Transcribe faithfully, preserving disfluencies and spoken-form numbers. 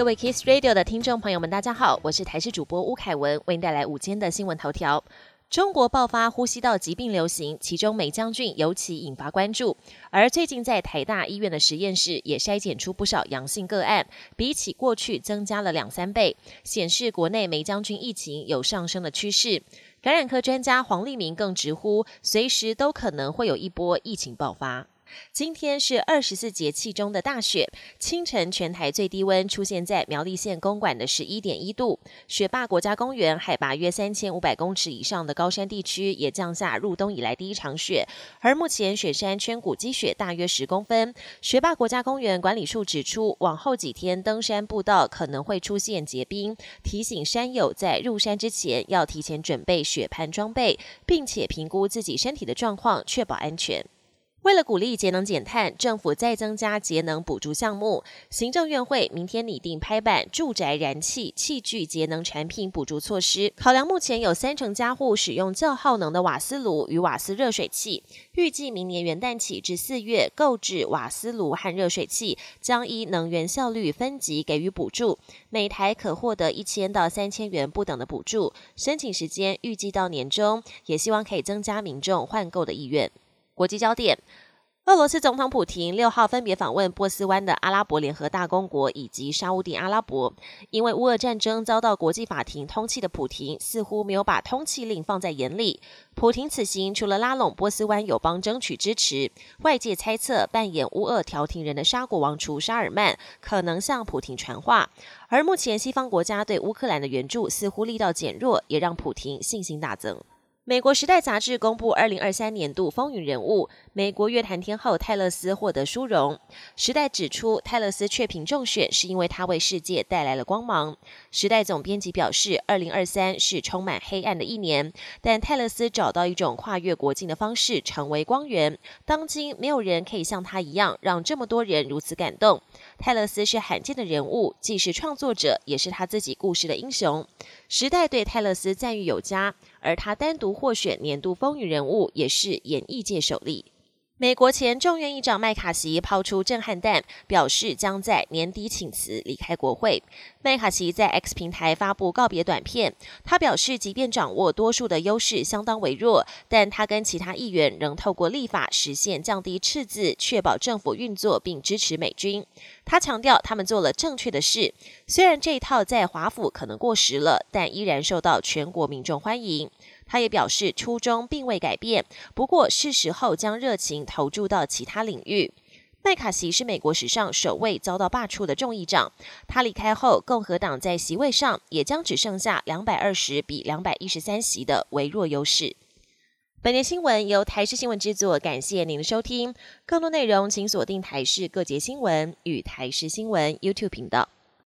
各位 Kiss Radio 的听众朋友们，大家好，我是台视主播吴凯文，为您带来午间的新闻头条。中国爆发呼吸道疾病流行，其中美将军尤其引发关注。而最近在台大医院的实验室也筛检出不少阳性个案，比起过去增加了两三倍，显示国内美将军疫情有上升的趋势。感染科专家黄立明更直呼，随时都可能会有一波疫情爆发。今天是二十四节气中的大雪，清晨全台最低温出现在苗栗县公馆的 十一点一度，雪霸国家公园海拔约三千五百公尺以上的高山地区也降下入冬以来第一场雪，而目前雪山圈谷积雪大约十公分。雪霸国家公园管理处指出，往后几天登山步道可能会出现结冰，提醒山友在入山之前要提前准备雪攀装备，并且评估自己身体的状况，确保安全。为了鼓励节能减碳，政府再增加节能补助项目。行政院会明天拟定拍板住宅燃气器具节能产品补助措施，考量目前有三成家户使用较耗能的瓦斯炉与瓦斯热水器，预计明年元旦起至四月购置瓦斯炉和热水器将依能源效率分级给予补助，每台可获得一千到三千元不等的补助，申请时间预计到年中，也希望可以增加民众换购的意愿。国际焦点，俄罗斯总统普亭六号分别访问波斯湾的阿拉伯联合大公国以及沙烏地阿拉伯。因为乌俄战争遭到国际法庭通缉的普亭似乎没有把通缉令放在眼里。普亭此行除了拉拢波斯湾友邦争取支持，外界猜测扮演乌俄调停人的沙国王储沙尔曼可能向普亭传话。而目前西方国家对乌克兰的援助似乎力道减弱，也让普亭信心大增。美国《时代》杂志公布二零二三年度风云人物，美国乐坛天后泰勒斯获得殊荣。《时代》指出，泰勒斯确评中选是因为她为世界带来了光芒。《时代》总编辑表示，二零二三是充满黑暗的一年，但泰勒斯找到一种跨越国境的方式，成为光源。当今没有人可以像她一样，让这么多人如此感动。泰勒斯是罕见的人物，既是创作者，也是他自己故事的英雄。《时代》对泰勒斯赞誉有加，而他单独获选年度风云人物，也是演艺界首例。美国前众院议长麦卡锡抛出震撼弹，表示将在年底请辞离开国会。麦卡锡在 X 平台发布告别短片，他表示，即便掌握多数的优势相当微弱，但他跟其他议员仍透过立法实现降低赤字，确保政府运作并支持美军。他强调，他们做了正确的事，虽然这一套在华府可能过时了，但依然受到全国民众欢迎。他也表示，初衷并未改变，不过是时候将热情投注到其他领域。麦卡锡是美国史上首位遭到罢黜的众议长，他离开后，共和党在席位上也将只剩下两百二十比两百一十三席的微弱优势。本节新闻由台视新闻制作，感谢您的收听。更多内容请锁定台视各节新闻与台视新闻 YouTube 频道。